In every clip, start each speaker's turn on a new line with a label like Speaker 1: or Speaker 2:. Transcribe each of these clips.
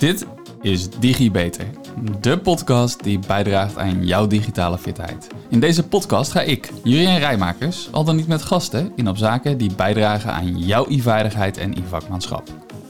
Speaker 1: Dit is DigiBeter, de podcast die bijdraagt aan jouw digitale fitheid. In deze podcast ga ik, Jurien Rijmakers, al dan niet met gasten, in op zaken die bijdragen aan jouw e-veiligheid en e-vakmanschap.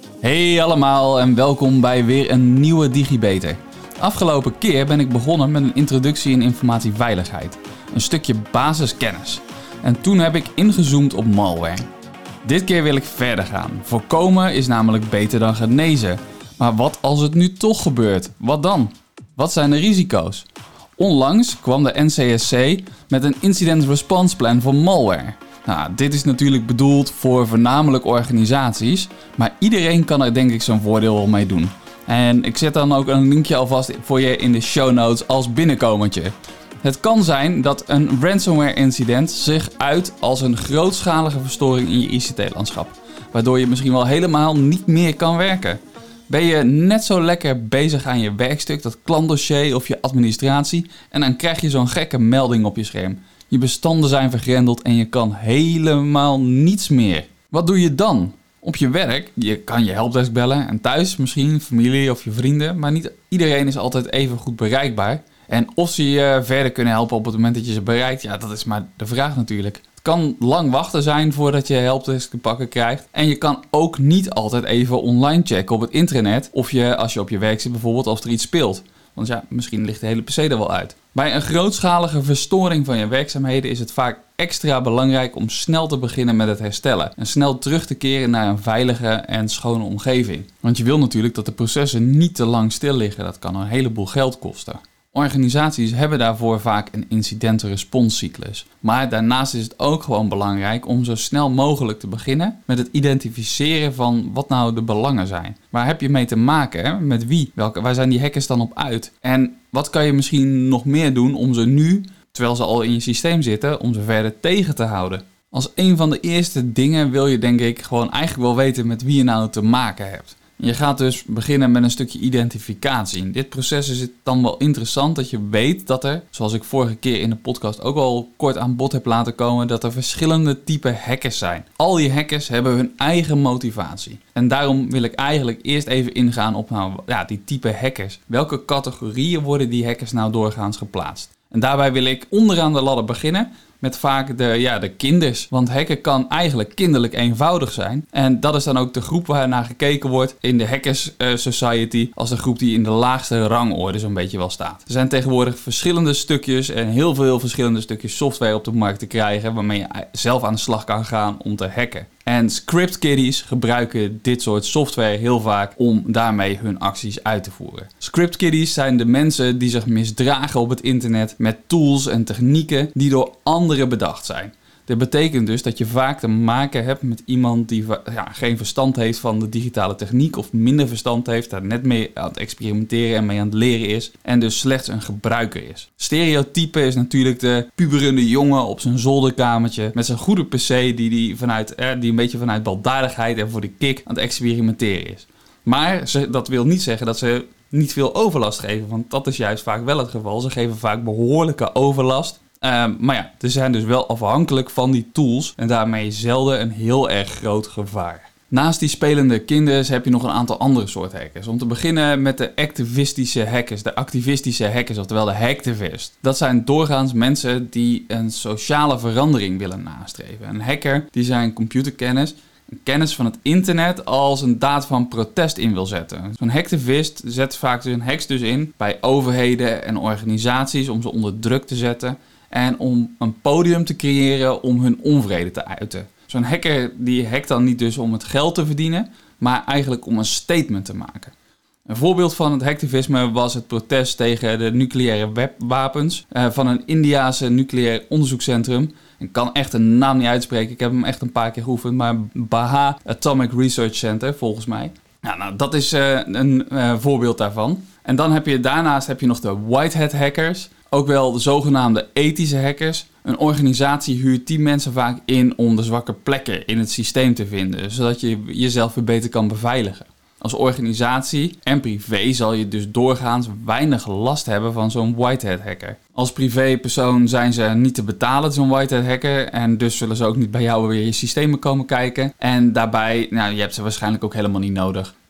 Speaker 1: Hey allemaal en welkom bij weer een nieuwe DigiBeter. Afgelopen keer ben ik begonnen met een introductie in informatieveiligheid, een stukje basiskennis. En toen heb ik ingezoomd op malware. Dit keer wil ik verder gaan. Voorkomen is namelijk beter dan genezen. Maar wat als het nu toch gebeurt? Wat dan? Wat zijn de risico's? Onlangs kwam de NCSC met een Incident Response Plan voor malware. Nou, dit is natuurlijk bedoeld voor voornamelijk organisaties, maar iedereen kan er denk ik zijn voordeel wel mee doen. En ik zet dan ook een linkje alvast voor je in de show notes als binnenkomertje. Het kan zijn dat een ransomware incident zich uit als een grootschalige verstoring in je ICT-landschap, waardoor je misschien wel helemaal niet meer kan werken. Ben je net zo lekker bezig aan je werkstuk, dat klantdossier of je administratie, en dan krijg je zo'n gekke melding op je scherm. Je bestanden zijn vergrendeld en je kan helemaal niets meer. Wat doe je dan? Op je werk, je kan je helpdesk bellen en thuis misschien familie of je vrienden, maar niet iedereen is altijd even goed bereikbaar. En of ze je verder kunnen helpen op het moment dat je ze bereikt, ja, dat is maar de vraag natuurlijk. Het kan lang wachten zijn voordat je helpdesk te pakken krijgt. En je kan ook niet altijd even online checken op het intranet of je, als je op je werk zit bijvoorbeeld, of er iets speelt. Want ja, misschien ligt de hele PC er wel uit. Bij een grootschalige verstoring van je werkzaamheden is het vaak extra belangrijk om snel te beginnen met het herstellen. En snel terug te keren naar een veilige en schone omgeving. Want je wil natuurlijk dat de processen niet te lang stil liggen. Dat kan een heleboel geld kosten. Organisaties hebben daarvoor vaak een incident-responscyclus. Maar daarnaast is het ook gewoon belangrijk om zo snel mogelijk te beginnen met het identificeren van wat nou de belangen zijn. Waar heb je mee te maken? Hè? Met wie? Waar zijn die hackers dan op uit? En wat kan je misschien nog meer doen om ze nu, terwijl ze al in je systeem zitten, om ze verder tegen te houden? Als een van de eerste dingen wil je denk ik gewoon eigenlijk wel weten met wie je nou te maken hebt. Je gaat dus beginnen met een stukje identificatie. In dit proces is het dan wel interessant dat je weet dat er, zoals ik vorige keer in de podcast ook al kort aan bod heb laten komen, dat er verschillende typen hackers zijn. Al die hackers hebben hun eigen motivatie. En daarom wil ik eigenlijk eerst even ingaan op die type hackers. Welke categorieën worden die hackers nou doorgaans geplaatst? En daarbij wil ik onderaan de ladder beginnen met vaak de kinders. Want hacken kan eigenlijk kinderlijk eenvoudig zijn. En dat is dan ook de groep waar naar gekeken wordt in de Hackers Society als de groep die in de laagste rangorde zo'n beetje wel staat. Er zijn tegenwoordig verschillende stukjes en heel veel verschillende stukjes software op de markt te krijgen waarmee je zelf aan de slag kan gaan om te hacken. En scriptkiddies gebruiken dit soort software heel vaak om daarmee hun acties uit te voeren. Scriptkiddies zijn de mensen die zich misdragen op het internet met tools en technieken die door anderen bedacht zijn. Dat betekent dus dat je vaak te maken hebt met iemand die geen verstand heeft van de digitale techniek of minder verstand heeft, daar net mee aan het experimenteren en mee aan het leren is en dus slechts een gebruiker is. Stereotype is natuurlijk de puberende jongen op zijn zolderkamertje met zijn goede PC die een beetje vanuit baldadigheid en voor de kick aan het experimenteren is. Maar dat wil niet zeggen dat ze niet veel overlast geven, want dat is juist vaak wel het geval. Ze geven vaak behoorlijke overlast. Ze zijn dus wel afhankelijk van die tools en daarmee zelden een heel erg groot gevaar. Naast die spelende kinders heb je nog een aantal andere soorten hackers. Om te beginnen met de activistische hackers, oftewel de hacktivist. Dat zijn doorgaans mensen die een sociale verandering willen nastreven. Een hacker die zijn computerkennis, kennis van het internet als een daad van protest in wil zetten. Zo'n hacktivist zet vaak zijn hacks dus in bij overheden en organisaties om ze onder druk te zetten en om een podium te creëren om hun onvrede te uiten. Zo'n hacker die hackt dan niet dus om het geld te verdienen, maar eigenlijk om een statement te maken. Een voorbeeld van het hacktivisme was het protest tegen de nucleaire wapens van een Indiase nucleair onderzoekscentrum. Ik kan echt een naam niet uitspreken, ik heb hem echt een paar keer geoefend, maar Baha Atomic Research Center volgens mij. Nou, dat is een voorbeeld daarvan. En dan daarnaast heb je nog de white hat hackers, ook wel de zogenaamde ethische hackers. Een organisatie huurt die mensen vaak in om de zwakke plekken in het systeem te vinden, zodat je jezelf weer beter kan beveiligen. Als organisatie en privé zal je dus doorgaans weinig last hebben van zo'n white hat hacker. Als privépersoon zijn ze niet te betalen, zo'n white hat hacker. En dus zullen ze ook niet bij jou weer je systemen komen kijken. En daarbij, je hebt ze waarschijnlijk ook helemaal niet nodig.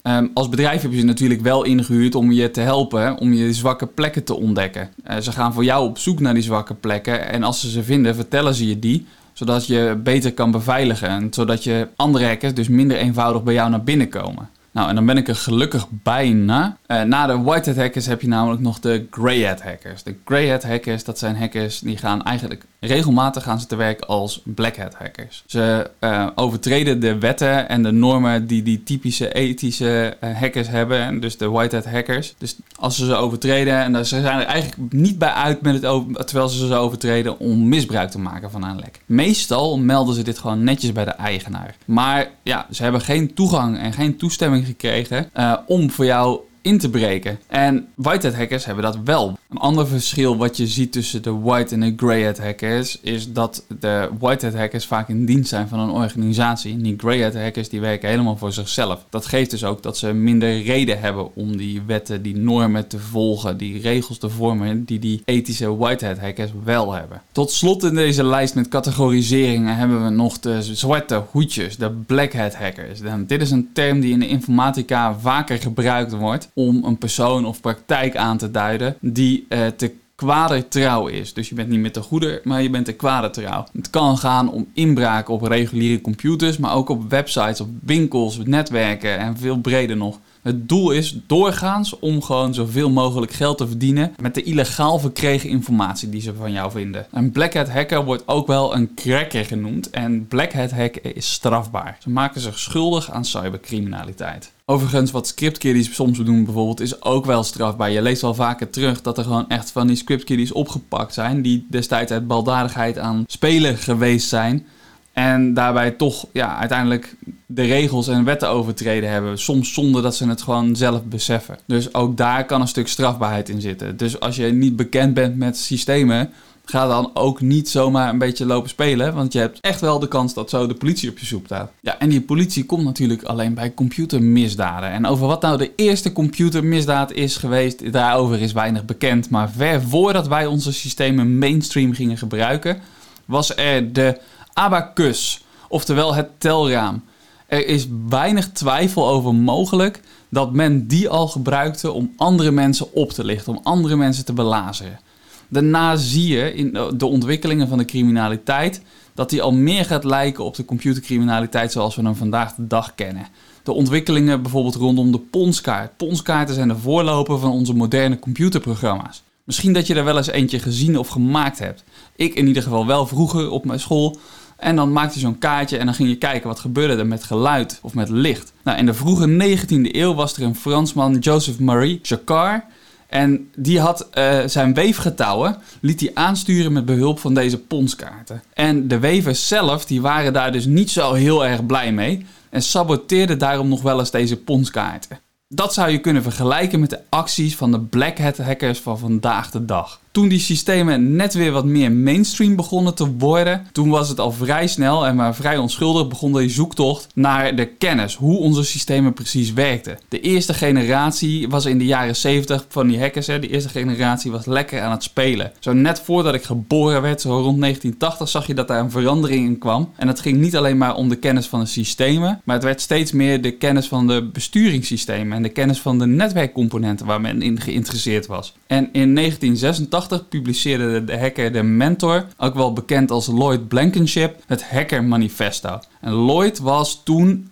Speaker 1: Als bedrijf heb je ze natuurlijk wel ingehuurd om je te helpen, om je zwakke plekken te ontdekken. Ze gaan voor jou op zoek naar die zwakke plekken en als ze vinden, vertellen ze je die, zodat je beter kan beveiligen en zodat je andere hackers dus minder eenvoudig bij jou naar binnen komen. Nou, en dan ben ik er gelukkig bijna. Na de white hat hackers heb je namelijk nog de grey hat hackers. De grey hat hackers, dat zijn hackers die gaan eigenlijk regelmatig te werk als black hat hackers. Ze overtreden de wetten en de normen die typische ethische hackers hebben. Dus de white hat hackers. Dus als ze overtreden, en ze zijn er eigenlijk niet bij uit terwijl ze overtreden om misbruik te maken van een lek. Meestal melden ze dit gewoon netjes bij de eigenaar. Maar ja, ze hebben geen toegang en geen toestemming gekregen om voor jou in te breken. En white hat hackers hebben dat wel. Een ander verschil wat je ziet tussen de white en de grey hat hackers is dat de white hat hackers vaak in dienst zijn van een organisatie. En die grey hat hackers die werken helemaal voor zichzelf. Dat geeft dus ook dat ze minder reden hebben om die wetten, die normen te volgen, die regels te vormen die ethische white hat hackers wel hebben. Tot slot in deze lijst met categoriseringen hebben we nog de zwarte hoedjes, de black hat hackers. En dit is een term die in de informatica vaker gebruikt wordt om een persoon of praktijk aan te duiden die te kwade trouw is. Dus je bent niet meer te goede, maar je bent te kwade trouw. Het kan gaan om inbraak op reguliere computers, maar ook op websites, op winkels, netwerken en veel breder nog. Het doel is doorgaans om gewoon zoveel mogelijk geld te verdienen met de illegaal verkregen informatie die ze van jou vinden. Een black hat hacker wordt ook wel een cracker genoemd en black hat hacken is strafbaar. Ze maken zich schuldig aan cybercriminaliteit. Overigens, wat scriptkiddies soms doen bijvoorbeeld, is ook wel strafbaar. Je leest wel vaker terug dat er gewoon echt van die scriptkiddies opgepakt zijn die destijds uit baldadigheid aan spelen geweest zijn. En daarbij toch uiteindelijk de regels en wetten overtreden hebben. Soms zonder dat ze het gewoon zelf beseffen. Dus ook daar kan een stuk strafbaarheid in zitten. Dus als je niet bekend bent met systemen, ga dan ook niet zomaar een beetje lopen spelen. Want je hebt echt wel de kans dat zo de politie op je stoep staat. Ja, en die politie komt natuurlijk alleen bij computermisdaden. En over wat nou de eerste computermisdaad is geweest, daarover is weinig bekend. Maar ver voordat wij onze systemen mainstream gingen gebruiken, was er de abacus, oftewel het telraam. Er is weinig twijfel over mogelijk dat men die al gebruikte om andere mensen op te lichten, om andere mensen te belazeren. Daarna zie je in de ontwikkelingen van de criminaliteit dat die al meer gaat lijken op de computercriminaliteit zoals we hem vandaag de dag kennen. De ontwikkelingen bijvoorbeeld rondom de ponskaart. Ponskaarten zijn de voorloper van onze moderne computerprogramma's. Misschien dat je er wel eens eentje gezien of gemaakt hebt. Ik in ieder geval wel vroeger op mijn school. En dan maakte je zo'n kaartje en dan ging je kijken wat gebeurde er met geluid of met licht. Nou, in de vroege 19e eeuw was er een Fransman, Joseph Marie Jacquard. En die had zijn weefgetouwen, liet hij aansturen met behulp van deze ponskaarten. En de wevers zelf, die waren daar dus niet zo heel erg blij mee. En saboteerden daarom nog wel eens deze ponskaarten. Dat zou je kunnen vergelijken met de acties van de black hat hackers van vandaag de dag. Toen die systemen net weer wat meer mainstream begonnen te worden, toen was het al vrij snel en maar vrij onschuldig begon die zoektocht naar de kennis, hoe onze systemen precies werkten. De eerste generatie was in de jaren 70 van die hackers, de eerste generatie was lekker aan het spelen. Zo net voordat ik geboren werd, zo rond 1980, zag je dat daar een verandering in kwam. En het ging niet alleen maar om de kennis van de systemen, maar het werd steeds meer de kennis van de besturingssystemen en de kennis van de netwerkcomponenten waar men in geïnteresseerd was. En in 1986 publiceerde de hacker de Mentor, ook wel bekend als Lloyd Blankenship, het Hacker Manifesto. En Lloyd was toen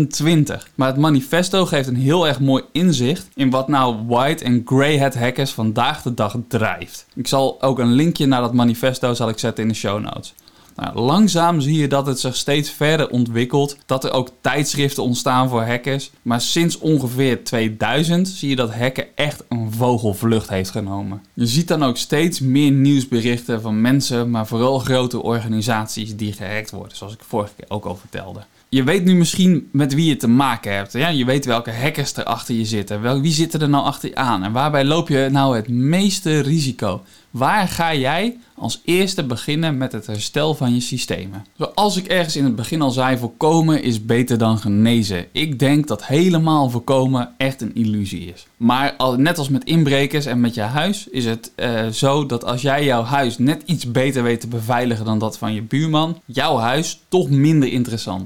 Speaker 1: 21. Maar het manifesto geeft een heel erg mooi inzicht in wat nou white en grey hat hackers vandaag de dag drijft. Ik zal ook een linkje naar dat manifesto zetten in de show notes. Nou, langzaam zie je dat het zich steeds verder ontwikkelt, dat er ook tijdschriften ontstaan voor hackers. Maar sinds ongeveer 2000 zie je dat hacken echt een vogelvlucht heeft genomen. Je ziet dan ook steeds meer nieuwsberichten van mensen, maar vooral grote organisaties die gehackt worden, zoals ik vorige keer ook al vertelde. Je weet nu misschien met wie je te maken hebt. Ja? Je weet welke hackers er achter je zitten. Wie zitten er nou achter je aan? En waarbij loop je nou het meeste risico? Waar ga jij als eerste beginnen met het herstel van je systemen? Zoals ik ergens in het begin al zei, voorkomen is beter dan genezen. Ik denk dat helemaal voorkomen echt een illusie is. Maar net als met inbrekers en met je huis is het zo dat als jij jouw huis net iets beter weet te beveiligen dan dat van je buurman, jouw huis toch minder interessant is.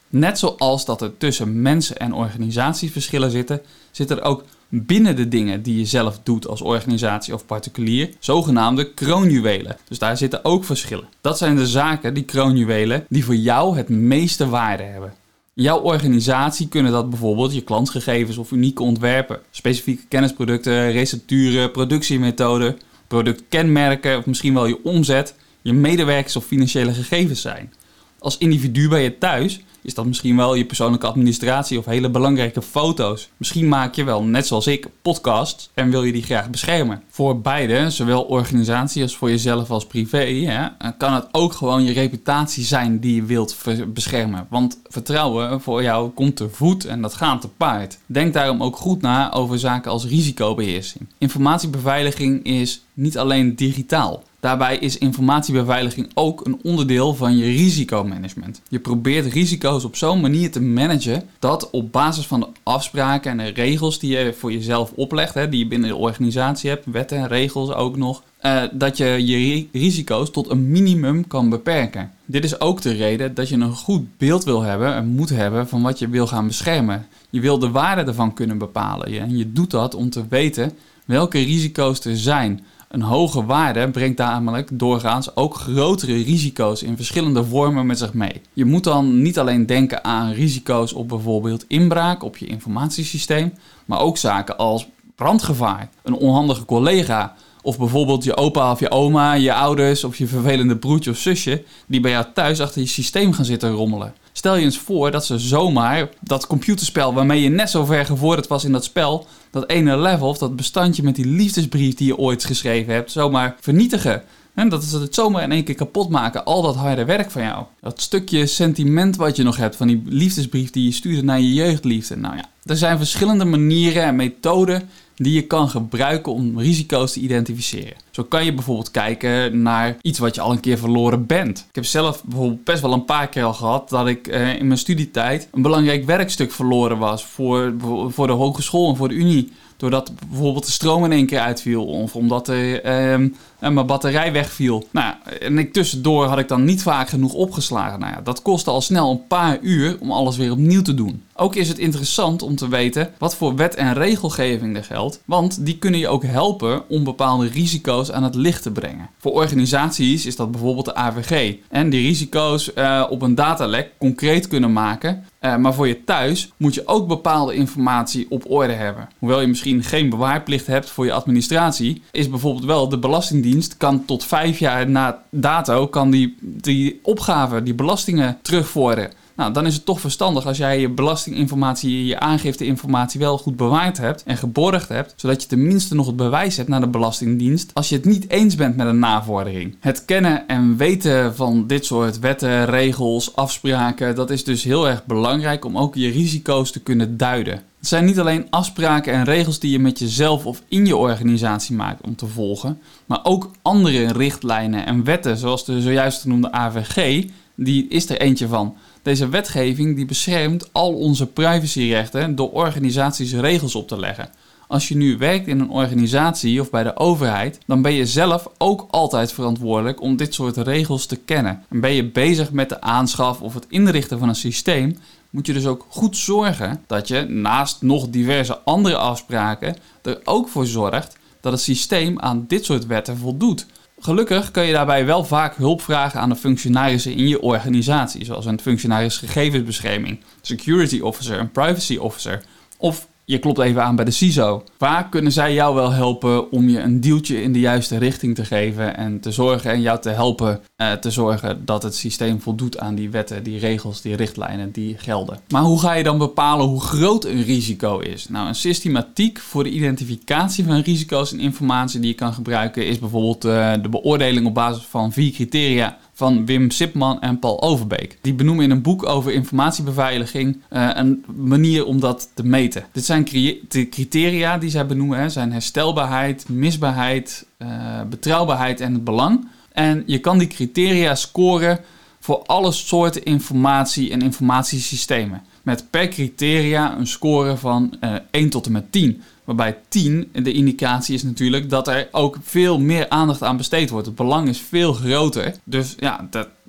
Speaker 1: Net zoals dat er tussen mensen en organisaties verschillen zitten, zitten er ook binnen de dingen die je zelf doet als organisatie of particulier, zogenaamde kroonjuwelen. Dus daar zitten ook verschillen. Dat zijn de zaken, die kroonjuwelen, die voor jou het meeste waarde hebben. In jouw organisatie kunnen dat bijvoorbeeld je klantgegevens of unieke ontwerpen, specifieke kennisproducten, recepturen, productiemethoden, productkenmerken of misschien wel je omzet, je medewerkers of financiële gegevens zijn. Als individu bij je thuis is dat misschien wel je persoonlijke administratie of hele belangrijke foto's. Misschien maak je wel, net zoals ik, podcasts en wil je die graag beschermen. Voor beide, zowel organisatie als voor jezelf als privé, kan het ook gewoon je reputatie zijn die je wilt beschermen. Want vertrouwen voor jou komt te voet en dat gaat te paard. Denk daarom ook goed na over zaken als risicobeheersing. Informatiebeveiliging is niet alleen digitaal. Daarbij is informatiebeveiliging ook een onderdeel van je risicomanagement. Je probeert risico's op zo'n manier te managen dat op basis van de afspraken en de regels die je voor jezelf oplegt, die je binnen de organisatie hebt, wetten en regels ook nog, dat je risico's tot een minimum kan beperken. Dit is ook de reden dat je een goed beeld wil hebben en moet hebben van wat je wil gaan beschermen. Je wil de waarde ervan kunnen bepalen en je doet dat om te weten welke risico's er zijn. Een hoge waarde brengt namelijk doorgaans ook grotere risico's in verschillende vormen met zich mee. Je moet dan niet alleen denken aan risico's op bijvoorbeeld inbraak op je informatiesysteem, maar ook zaken als brandgevaar, een onhandige collega of bijvoorbeeld je opa of je oma, je ouders of je vervelende broertje of zusje die bij jou thuis achter je systeem gaan zitten rommelen. Stel je eens voor dat ze zomaar dat computerspel waarmee je net zo ver gevorderd was in dat spel, dat ene level of dat bestandje met die liefdesbrief die je ooit geschreven hebt, zomaar vernietigen. En dat ze het zomaar in één keer kapot maken, al dat harde werk van jou. Dat stukje sentiment wat je nog hebt van die liefdesbrief die je stuurde naar je jeugdliefde. Nou ja, er zijn verschillende manieren en methoden die je kan gebruiken om risico's te identificeren. Zo kan je bijvoorbeeld kijken naar iets wat je al een keer verloren bent. Ik heb zelf bijvoorbeeld best wel een paar keer al gehad dat ik in mijn studietijd een belangrijk werkstuk verloren was voor de hogeschool en voor de unie. Doordat bijvoorbeeld de stroom in één keer uitviel of omdat mijn batterij wegviel. Nou ja, en tussendoor had ik dan niet vaak genoeg opgeslagen. Nou ja, dat kostte al snel een paar uur om alles weer opnieuw te doen. Ook is het interessant om te weten wat voor wet en regelgeving er geldt, want die kunnen je ook helpen om bepaalde risico's aan het licht te brengen. Voor organisaties is dat bijvoorbeeld de AVG. En die risico's op een datalek concreet kunnen maken. Maar voor je thuis moet je ook bepaalde informatie op orde hebben. Hoewel je misschien geen bewaarplicht hebt voor je administratie, is bijvoorbeeld wel de Belastingdienst kan tot 5 jaar na dato kan die opgave, die belastingen terugvorderen. Nou, dan is het toch verstandig als jij je belastinginformatie, je aangifteinformatie wel goed bewaard hebt en geborgd hebt, zodat je tenminste nog het bewijs hebt naar de Belastingdienst als je het niet eens bent met een navordering. Het kennen en weten van dit soort wetten, regels, afspraken, dat is dus heel erg belangrijk om ook je risico's te kunnen duiden. Het zijn niet alleen afspraken en regels die je met jezelf of in je organisatie maakt om te volgen, maar ook andere richtlijnen en wetten, zoals de zojuist genoemde AVG, die is er eentje van. Deze wetgeving die beschermt al onze privacyrechten door organisaties regels op te leggen. Als je nu werkt in een organisatie of bij de overheid, dan ben je zelf ook altijd verantwoordelijk om dit soort regels te kennen. En ben je bezig met de aanschaf of het inrichten van een systeem, moet je dus ook goed zorgen dat je naast nog diverse andere afspraken er ook voor zorgt dat het systeem aan dit soort wetten voldoet. Gelukkig kun je daarbij wel vaak hulp vragen aan de functionarissen in je organisatie, zoals een functionaris gegevensbescherming, security officer, een privacy officer of je klopt even aan bij de CISO. Vaak kunnen zij jou wel helpen om je een duwtje in de juiste richting te geven en te zorgen en jou te helpen te zorgen dat het systeem voldoet aan die wetten, die regels, die richtlijnen die gelden. Maar hoe ga je dan bepalen hoe groot een risico is? Nou, een systematiek voor de identificatie van risico's en informatie die je kan gebruiken is bijvoorbeeld de beoordeling op basis van 4 criteria van Wim Sipman en Paul Overbeek. Die benoemen in een boek over informatiebeveiliging een manier om dat te meten. Dit zijn de criteria die zij benoemen, zijn herstelbaarheid, misbaarheid, betrouwbaarheid en het belang. En je kan die criteria scoren voor alle soorten informatie en informatiesystemen. Met per criteria een score van 1 tot en met 10. Waarbij 10 de indicatie is natuurlijk dat er ook veel meer aandacht aan besteed wordt. Het belang is veel groter. Dus ja,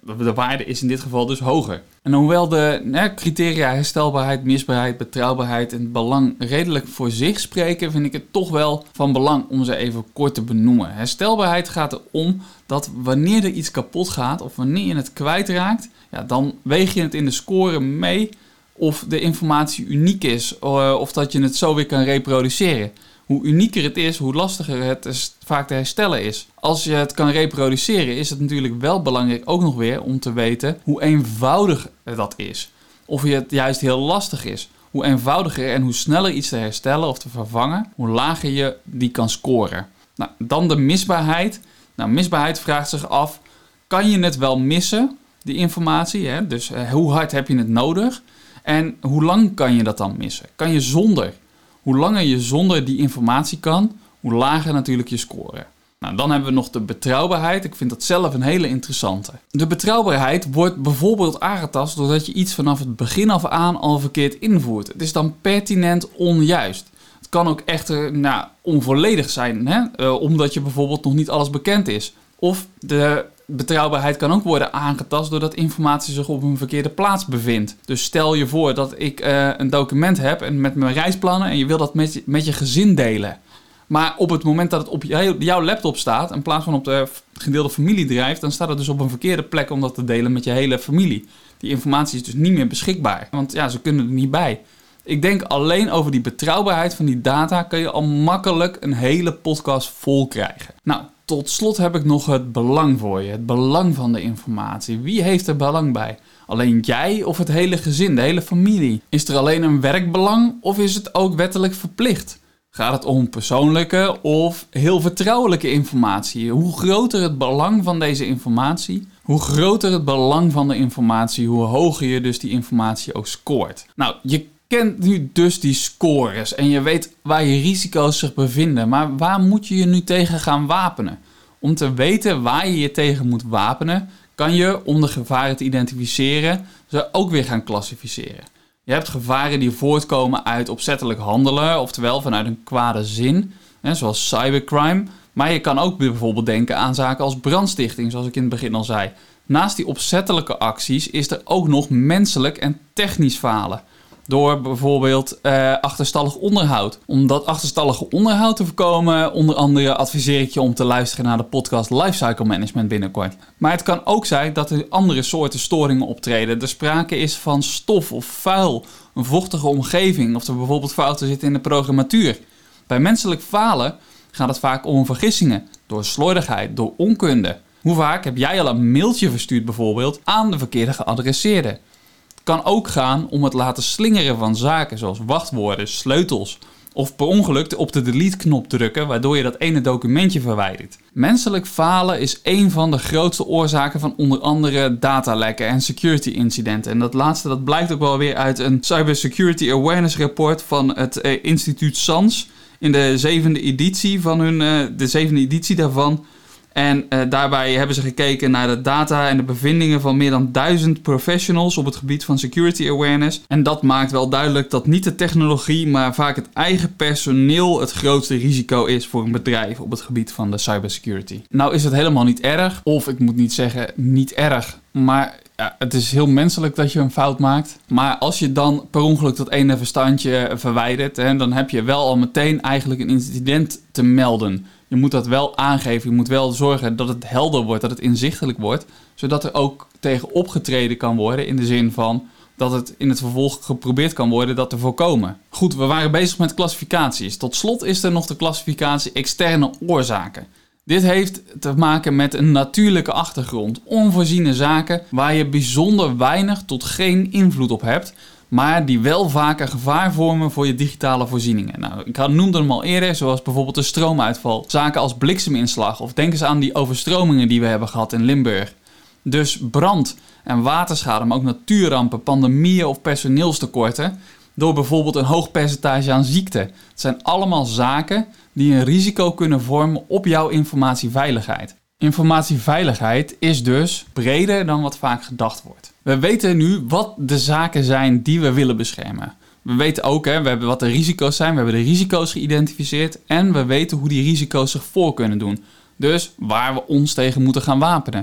Speaker 1: de waarde is in dit geval dus hoger. En hoewel de criteria herstelbaarheid, misbaarheid, betrouwbaarheid en belang redelijk voor zich spreken, vind ik het toch wel van belang om ze even kort te benoemen. Herstelbaarheid gaat erom dat wanneer er iets kapot gaat of wanneer je het kwijtraakt, dan weeg je het in de score mee of de informatie uniek is of dat je het zo weer kan reproduceren. Hoe unieker het is, hoe lastiger het vaak te herstellen is. Als je het kan reproduceren, is het natuurlijk wel belangrijk ook nog weer om te weten hoe eenvoudig dat is. Of het juist heel lastig is. Hoe eenvoudiger en hoe sneller iets te herstellen of te vervangen, hoe lager je die kan scoren. Nou, dan de misbaarheid. Nou, misbaarheid vraagt zich af, kan je het wel missen, die informatie? Hè? Dus hoe hard heb je het nodig? En hoe lang kan je dat dan missen? Kan je zonder? Hoe langer je zonder die informatie kan, hoe lager natuurlijk je score. Nou, dan hebben we nog de betrouwbaarheid. Ik vind dat zelf een hele interessante. De betrouwbaarheid wordt bijvoorbeeld aangetast doordat je iets vanaf het begin af aan al verkeerd invoert. Het is dan pertinent onjuist. Het kan ook echter onvolledig zijn, omdat je bijvoorbeeld nog niet alles bekend is. Of de betrouwbaarheid kan ook worden aangetast doordat informatie zich op een verkeerde plaats bevindt. Dus stel je voor dat ik een document heb en met mijn reisplannen en je wil dat met je gezin delen. Maar op het moment dat het op jouw laptop staat, in plaats van op de gedeelde familiedrive, dan staat het dus op een verkeerde plek om dat te delen met je hele familie. Die informatie is dus niet meer beschikbaar, want ze kunnen er niet bij. Ik denk alleen over die betrouwbaarheid van die data kan je al makkelijk een hele podcast vol krijgen. Nou, tot slot heb ik nog het belang voor je. Het belang van de informatie. Wie heeft er belang bij? Alleen jij of het hele gezin, de hele familie? Is er alleen een werkbelang of is het ook wettelijk verplicht? Gaat het om persoonlijke of heel vertrouwelijke informatie? Hoe groter het belang van deze informatie, hoe groter het belang van de informatie, hoe hoger je dus die informatie ook scoort. Nou, je kent nu dus die scores en je weet waar je risico's zich bevinden. Maar waar moet je je nu tegen gaan wapenen? Om te weten waar je je tegen moet wapenen, kan je, om de gevaren te identificeren, ze ook weer gaan klassificeren. Je hebt gevaren die voortkomen uit opzettelijk handelen, oftewel vanuit een kwade zin, zoals cybercrime. Maar je kan ook bijvoorbeeld denken aan zaken als brandstichting, zoals ik in het begin al zei. Naast die opzettelijke acties is er ook nog menselijk en technisch falen. Door bijvoorbeeld achterstallig onderhoud. Om dat achterstallige onderhoud te voorkomen, onder andere adviseer ik je om te luisteren naar de podcast Lifecycle Management binnenkort. Maar het kan ook zijn dat er andere soorten storingen optreden. Er sprake is van stof of vuil, een vochtige omgeving of er bijvoorbeeld fouten zitten in de programmatuur. Bij menselijk falen gaat het vaak om vergissingen, door slordigheid, door onkunde. Hoe vaak heb jij al een mailtje verstuurd bijvoorbeeld aan de verkeerde geadresseerde? Het kan ook gaan om het laten slingeren van zaken zoals wachtwoorden, sleutels of per ongeluk op de delete-knop drukken waardoor je dat ene documentje verwijdert. Menselijk falen is een van de grootste oorzaken van onder andere datalekken en security incidenten. En dat laatste dat blijkt ook wel weer uit een Cybersecurity Awareness Report van het instituut SANS in de 7e editie van de 7e editie daarvan. En daarbij hebben ze gekeken naar de data en de bevindingen van meer dan 1000 professionals op het gebied van security awareness. En dat maakt wel duidelijk dat niet de technologie, maar vaak het eigen personeel het grootste risico is voor een bedrijf op het gebied van de cybersecurity. Nou is het helemaal niet erg, of ik moet niet zeggen niet erg, maar het is heel menselijk dat je een fout maakt. Maar als je dan per ongeluk dat ene verstandje verwijdert, dan heb je wel al meteen eigenlijk een incident te melden. Je moet dat wel aangeven. Je moet wel zorgen dat het helder wordt, dat het inzichtelijk wordt. Zodat er ook tegen opgetreden kan worden in de zin van dat het in het vervolg geprobeerd kan worden dat te voorkomen. Goed, we waren bezig met klassificaties. Tot slot is er nog de klassificatie externe oorzaken. Dit heeft te maken met een natuurlijke achtergrond. Onvoorziene zaken waar je bijzonder weinig tot geen invloed op hebt, maar die wel vaker gevaar vormen voor je digitale voorzieningen. Nou, ik noemde hem al eerder, zoals bijvoorbeeld de stroomuitval. Zaken als blikseminslag of denk eens aan die overstromingen die we hebben gehad in Limburg. Dus brand en waterschade, maar ook natuurrampen, pandemieën of personeelstekorten door bijvoorbeeld een hoog percentage aan ziekte. Het zijn allemaal zaken die een risico kunnen vormen op jouw informatieveiligheid. Informatieveiligheid is dus breder dan wat vaak gedacht wordt. We weten nu wat de zaken zijn die we willen beschermen. We weten ook, we hebben wat de risico's zijn, we hebben de risico's geïdentificeerd en we weten hoe die risico's zich voor kunnen doen. Dus waar we ons tegen moeten gaan wapenen.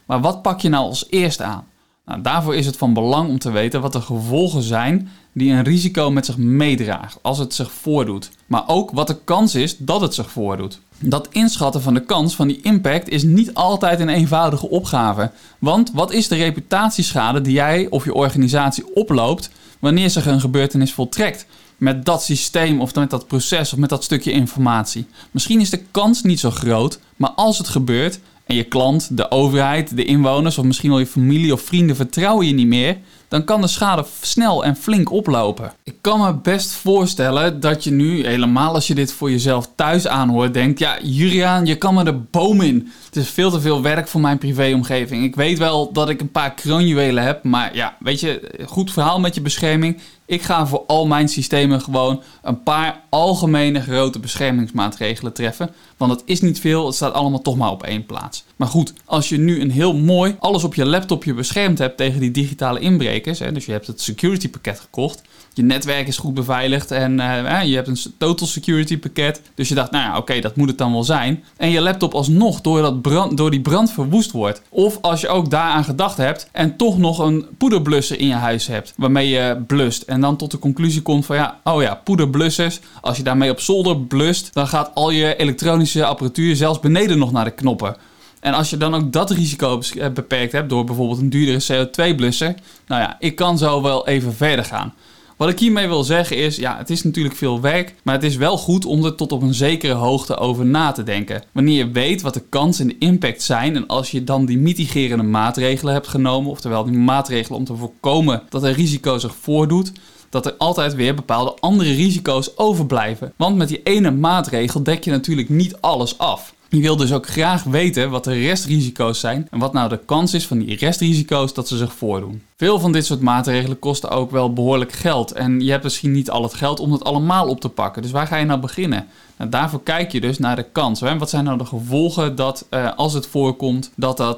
Speaker 1: Maar wat pak je nou als eerste aan? Nou, daarvoor is het van belang om te weten wat de gevolgen zijn die een risico met zich meedraagt als het zich voordoet. Maar ook wat de kans is dat het zich voordoet. Dat inschatten van de kans van die impact is niet altijd een eenvoudige opgave. Want wat is de reputatieschade die jij of je organisatie oploopt wanneer zich een gebeurtenis voltrekt? Met dat systeem of met dat proces of met dat stukje informatie. Misschien is de kans niet zo groot, maar als het gebeurt en je klant, de overheid, de inwoners of misschien wel je familie of vrienden vertrouwen je niet meer, dan kan de schade snel en flink oplopen. Ik kan me best voorstellen dat je nu, helemaal als je dit voor jezelf thuis aanhoort, denkt, ja Juriaan, je kan me de boom in. Het is veel te veel werk voor mijn privéomgeving. Ik weet wel dat ik een paar kroonjuwelen heb, maar ja, weet je, goed verhaal met je bescherming. Ik ga voor al mijn systemen gewoon een paar algemene grote beschermingsmaatregelen treffen. Want het is niet veel, het staat allemaal toch maar op één plaats. Maar goed, als je nu een heel mooi alles op je laptopje beschermd hebt tegen die digitale inbrekers. Dus je hebt het security pakket gekocht. Je netwerk is goed beveiligd en je hebt een total security pakket. Dus je dacht, nou ja, oké, dat moet het dan wel zijn. En je laptop alsnog door die brand verwoest wordt. Of als je ook daaraan gedacht hebt en toch nog een poederblusser in je huis hebt. Waarmee je blust. En dan tot de conclusie komt van poederblussers. Als je daarmee op zolder blust, dan gaat al je elektronische apparatuur zelfs beneden nog naar de knoppen. En als je dan ook dat risico beperkt hebt door bijvoorbeeld een duurdere CO2-blusser. Nou ja, ik kan zo wel even verder gaan. Wat ik hiermee wil zeggen is, ja, het is natuurlijk veel werk, maar het is wel goed om er tot op een zekere hoogte over na te denken. Wanneer je weet wat de kans en de impact zijn en als je dan die mitigerende maatregelen hebt genomen, oftewel die maatregelen om te voorkomen dat een risico zich voordoet, dat er altijd weer bepaalde andere risico's overblijven. Want met die ene maatregel dek je natuurlijk niet alles af. Je wil dus ook graag weten wat de restrisico's zijn en wat nou de kans is van die restrisico's dat ze zich voordoen. Veel van dit soort maatregelen kosten ook wel behoorlijk geld en je hebt misschien niet al het geld om het allemaal op te pakken. Dus waar ga je nou beginnen? Nou, daarvoor kijk je dus naar de kans. Hè? Wat zijn nou de gevolgen dat als het voorkomt,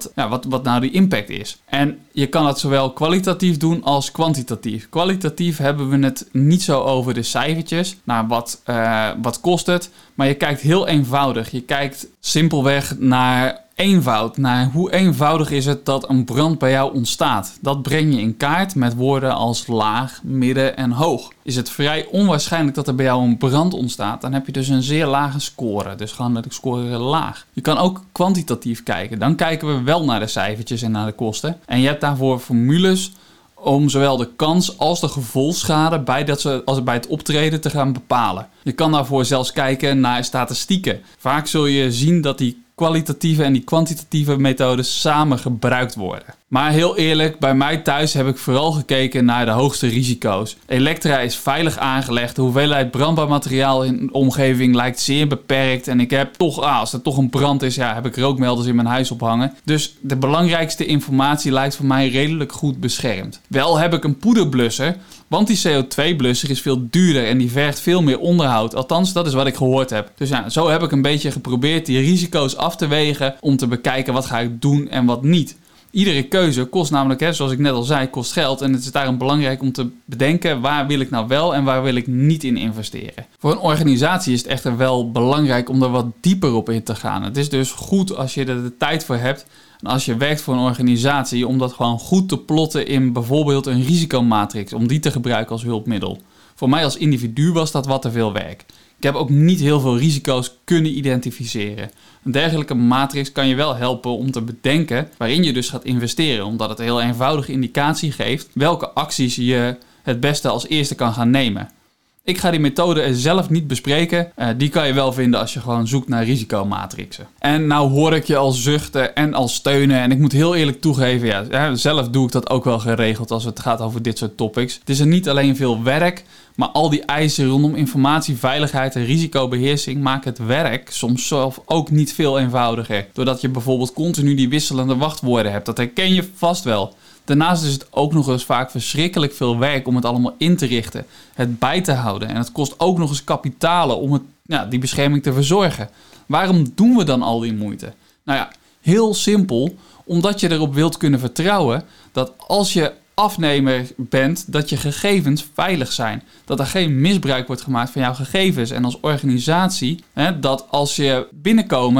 Speaker 1: wat nou de impact is? En je kan het zowel kwalitatief doen als kwantitatief. Kwalitatief hebben we het niet zo over de cijfertjes. Nou, wat kost het? Maar je kijkt heel eenvoudig. Je kijkt simpelweg naar eenvoud. Naar hoe eenvoudig is het dat een brand bij jou ontstaat. Dat breng je in kaart met woorden als laag, midden en hoog. Is het vrij onwaarschijnlijk dat er bij jou een brand ontstaat, dan heb je dus een zeer lage score. Dus gewoon de score laag. Je kan ook kwantitatief kijken. Dan kijken we wel naar de cijfertjes en naar de kosten. En je hebt daarvoor formules om zowel de kans als de gevolgschade bij het optreden te gaan bepalen. Je kan daarvoor zelfs kijken naar statistieken. Vaak zul je zien dat die kwalitatieve en die kwantitatieve methodes samen gebruikt worden. Maar heel eerlijk, bij mij thuis heb ik vooral gekeken naar de hoogste risico's. Elektra is veilig aangelegd, de hoeveelheid brandbaar materiaal in de omgeving lijkt zeer beperkt. En ik heb toch, als er toch een brand is, heb ik rookmelders in mijn huis ophangen. Dus de belangrijkste informatie lijkt voor mij redelijk goed beschermd. Wel heb ik een poederblusser, want die CO2-blusser is veel duurder en die vergt veel meer onderhoud. Althans, dat is wat ik gehoord heb. Dus zo heb ik een beetje geprobeerd die risico's af te wegen om te bekijken wat ga ik doen en wat niet. Iedere keuze kost namelijk, zoals ik net al zei, kost geld. En het is daarom belangrijk om te bedenken waar wil ik nou wel en waar wil ik niet in investeren. Voor een organisatie is het echter wel belangrijk om er wat dieper op in te gaan. Het is dus goed als je er de tijd voor hebt. En als je werkt voor een organisatie om dat gewoon goed te plotten in bijvoorbeeld een risicomatrix. Om die te gebruiken als hulpmiddel. Voor mij als individu was dat wat te veel werk. Ik heb ook niet heel veel risico's kunnen identificeren. Een dergelijke matrix kan je wel helpen om te bedenken waarin je dus gaat investeren. Omdat het een heel eenvoudige indicatie geeft welke acties je het beste als eerste kan gaan nemen. Ik ga die methode zelf niet bespreken. Die kan je wel vinden als je gewoon zoekt naar risicomatrixen. En nou hoor ik je al zuchten en al steunen. En ik moet heel eerlijk toegeven, zelf doe ik dat ook wel geregeld als het gaat over dit soort topics. Het is er niet alleen veel werk, maar al die eisen rondom informatieveiligheid en risicobeheersing maken het werk soms zelf ook niet veel eenvoudiger. Doordat je bijvoorbeeld continu die wisselende wachtwoorden hebt. Dat herken je vast wel. Daarnaast is het ook nog eens vaak verschrikkelijk veel werk om het allemaal in te richten, het bij te houden. En het kost ook nog eens kapitalen om die bescherming te verzorgen. Waarom doen we dan al die moeite? Nou ja, heel simpel, omdat je erop wilt kunnen vertrouwen dat als je afnemer bent, dat je gegevens veilig zijn. Dat er geen misbruik wordt gemaakt van jouw gegevens. En als organisatie, dat als je binnenkomen,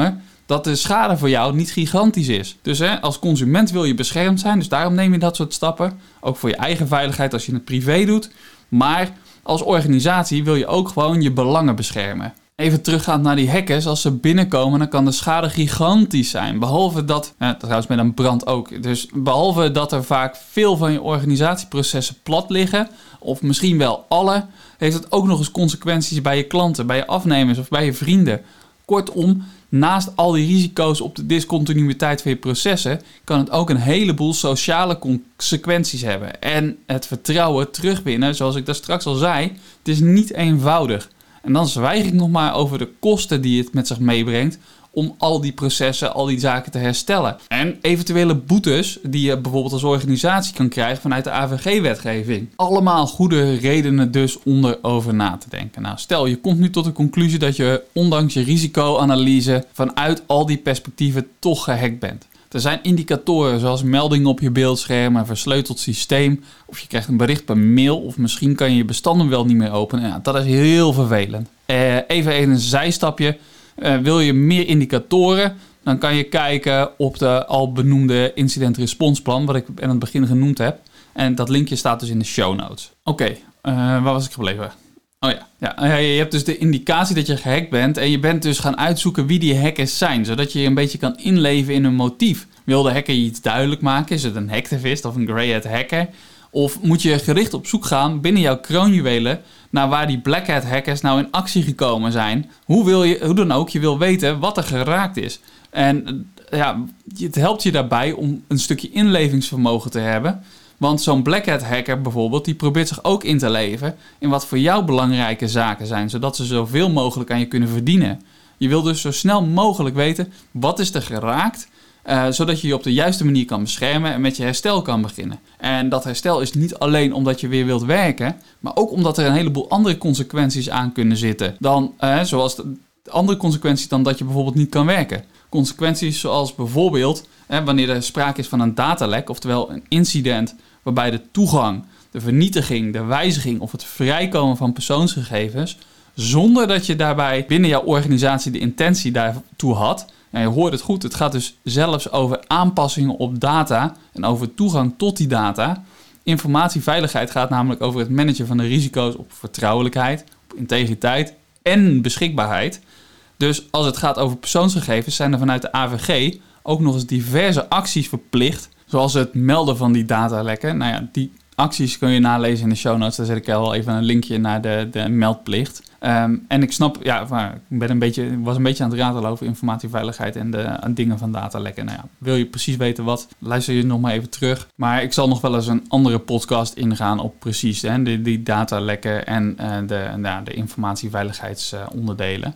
Speaker 1: dat de schade voor jou niet gigantisch is. Dus als consument wil je beschermd zijn, dus daarom neem je dat soort stappen. Ook voor je eigen veiligheid als je het privé doet. Maar als organisatie wil je ook gewoon je belangen beschermen. Even teruggaand naar die hackers, als ze binnenkomen, dan kan de schade gigantisch zijn. Behalve dat, trouwens met een brand ook, dus behalve dat er vaak veel van je organisatieprocessen plat liggen, of misschien wel alle, heeft het ook nog eens consequenties bij je klanten, bij je afnemers of bij je vrienden. Kortom, naast al die risico's op de discontinuïteit van je processen, kan het ook een heleboel sociale consequenties hebben. En het vertrouwen terugwinnen, zoals ik daar straks al zei, het is niet eenvoudig. En dan zwijg ik nog maar over de kosten die het met zich meebrengt om al die processen, al die zaken te herstellen. En eventuele boetes die je bijvoorbeeld als organisatie kan krijgen vanuit de AVG-wetgeving. Allemaal goede redenen dus om erover na te denken. Nou, stel je komt nu tot de conclusie dat je ondanks je risicoanalyse vanuit al die perspectieven toch gehackt bent. Er zijn indicatoren zoals meldingen op je beeldscherm, een versleuteld systeem, of je krijgt een bericht per mail, of misschien kan je je bestanden wel niet meer openen. Ja, dat is heel vervelend. Even een zijstapje. Wil je meer indicatoren, dan kan je kijken op de al benoemde incident response plan, wat ik aan het begin genoemd heb. En dat linkje staat dus in de show notes. Oké, waar was ik gebleven? Oh ja, je hebt dus de indicatie dat je gehackt bent en je bent dus gaan uitzoeken wie die hackers zijn, zodat je een beetje kan inleven in hun motief. Wil de hacker je iets duidelijk maken? Is het een hacktivist of een grey hat hacker? Of moet je gericht op zoek gaan binnen jouw kroonjuwelen naar waar die black hat hackers nou in actie gekomen zijn? Hoe dan ook, je wil weten wat er geraakt is. En het helpt je daarbij om een stukje inlevingsvermogen te hebben. Want zo'n black hat hacker bijvoorbeeld, die probeert zich ook in te leven in wat voor jou belangrijke zaken zijn, zodat ze zoveel mogelijk aan je kunnen verdienen. Je wil dus zo snel mogelijk weten wat is er geraakt, zodat je je op de juiste manier kan beschermen en met je herstel kan beginnen. En dat herstel is niet alleen omdat je weer wilt werken, maar ook omdat er een heleboel andere consequenties aan kunnen zitten. Zoals de andere consequenties dan dat je bijvoorbeeld niet kan werken. Consequenties zoals bijvoorbeeld wanneer er sprake is van een datalek, oftewel een incident waarbij de toegang, de vernietiging, de wijziging of het vrijkomen van persoonsgegevens, zonder dat je daarbij binnen jouw organisatie de intentie daartoe had. En je hoort het goed, het gaat dus zelfs over aanpassingen op data en over toegang tot die data. Informatieveiligheid gaat namelijk over het managen van de risico's op vertrouwelijkheid, op integriteit en beschikbaarheid. Dus als het gaat over persoonsgegevens zijn er vanuit de AVG ook nog eens diverse acties verplicht, zoals het melden van die datalekken. Nou ja, die acties kun je nalezen in de show notes. Daar zet ik al even een linkje naar de meldplicht. En ik snap, ik was een beetje aan het ratelen over informatieveiligheid en de dingen van datalekken. Nou ja, wil je precies weten wat, luister je nog maar even terug. Maar ik zal nog wel eens een andere podcast ingaan op precies die datalekken en de informatieveigheidsonderdelen.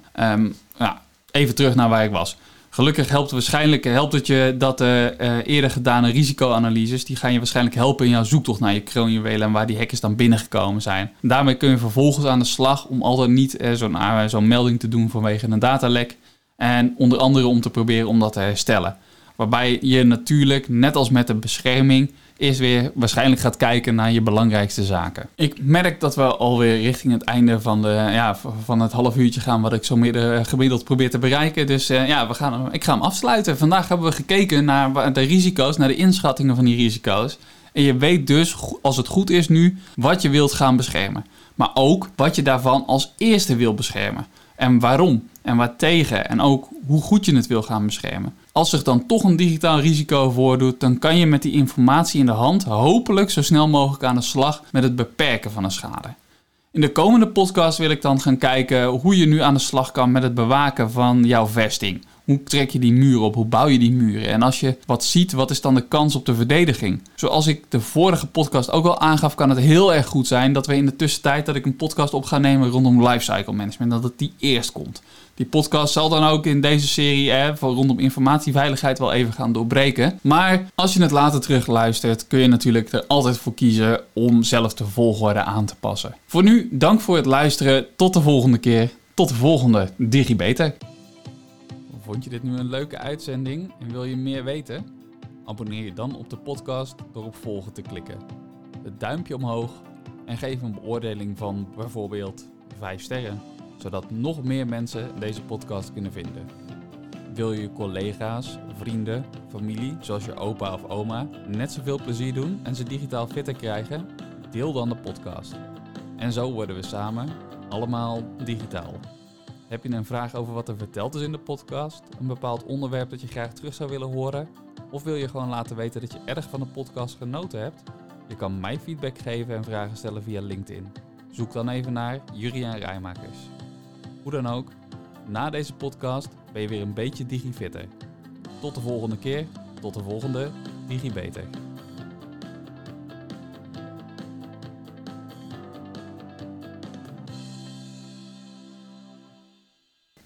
Speaker 1: Even terug naar waar ik was. Gelukkig helpt het je dat de eerder gedane risicoanalyses, die gaan je waarschijnlijk helpen in jouw zoektocht naar je kroonjuwelen en waar die hackers dan binnengekomen zijn. Daarmee kun je vervolgens aan de slag om altijd niet zo'n melding te doen vanwege een datalek. En onder andere om te proberen om dat te herstellen. Waarbij je natuurlijk, net als met de bescherming, eerst weer waarschijnlijk gaat kijken naar je belangrijkste zaken. Ik merk dat we alweer richting het einde van het half uurtje gaan, wat ik zo gemiddeld probeer te bereiken. Dus ik ga hem afsluiten. Vandaag hebben we gekeken naar de risico's, naar de inschattingen van die risico's. En je weet dus, als het goed is nu, wat je wilt gaan beschermen. Maar ook wat je daarvan als eerste wil beschermen. En waarom en waartegen en ook hoe goed je het wil gaan beschermen. Als zich dan toch een digitaal risico voordoet, dan kan je met die informatie in de hand hopelijk zo snel mogelijk aan de slag met het beperken van een schade. In de komende podcast wil ik dan gaan kijken hoe je nu aan de slag kan met het bewaken van jouw vesting. Hoe trek je die muren op? Hoe bouw je die muren? En als je wat ziet, wat is dan de kans op de verdediging? Zoals ik de vorige podcast ook al aangaf, kan het heel erg goed zijn dat we in de tussentijd dat ik een podcast op ga nemen rondom lifecycle management, dat het die eerst komt. Die podcast zal dan ook in deze serie rondom informatieveiligheid wel even gaan doorbreken. Maar als je het later terugluistert, kun je natuurlijk er altijd voor kiezen om zelf de volgorde aan te passen. Voor nu, dank voor het luisteren. Tot de volgende keer. Tot de volgende DigiBeter. Vond je dit nu een leuke uitzending en wil je meer weten? Abonneer je dan op de podcast door op volgen te klikken. Het duimpje omhoog en geef een beoordeling van bijvoorbeeld 5 sterren. Zodat nog meer mensen deze podcast kunnen vinden. Wil je collega's, vrienden, familie, zoals je opa of oma, net zoveel plezier doen en ze digitaal fitter krijgen? Deel dan de podcast. En zo worden we samen allemaal digitaal. Heb je een vraag over wat er verteld is in de podcast? Een bepaald onderwerp dat je graag terug zou willen horen? Of wil je gewoon laten weten dat je erg van de podcast genoten hebt? Je kan mij feedback geven en vragen stellen via LinkedIn. Zoek dan even naar Jurien Rijmakers. Hoe dan ook, na deze podcast ben je weer een beetje digifitter. Tot de volgende keer, tot de volgende DigiBeter.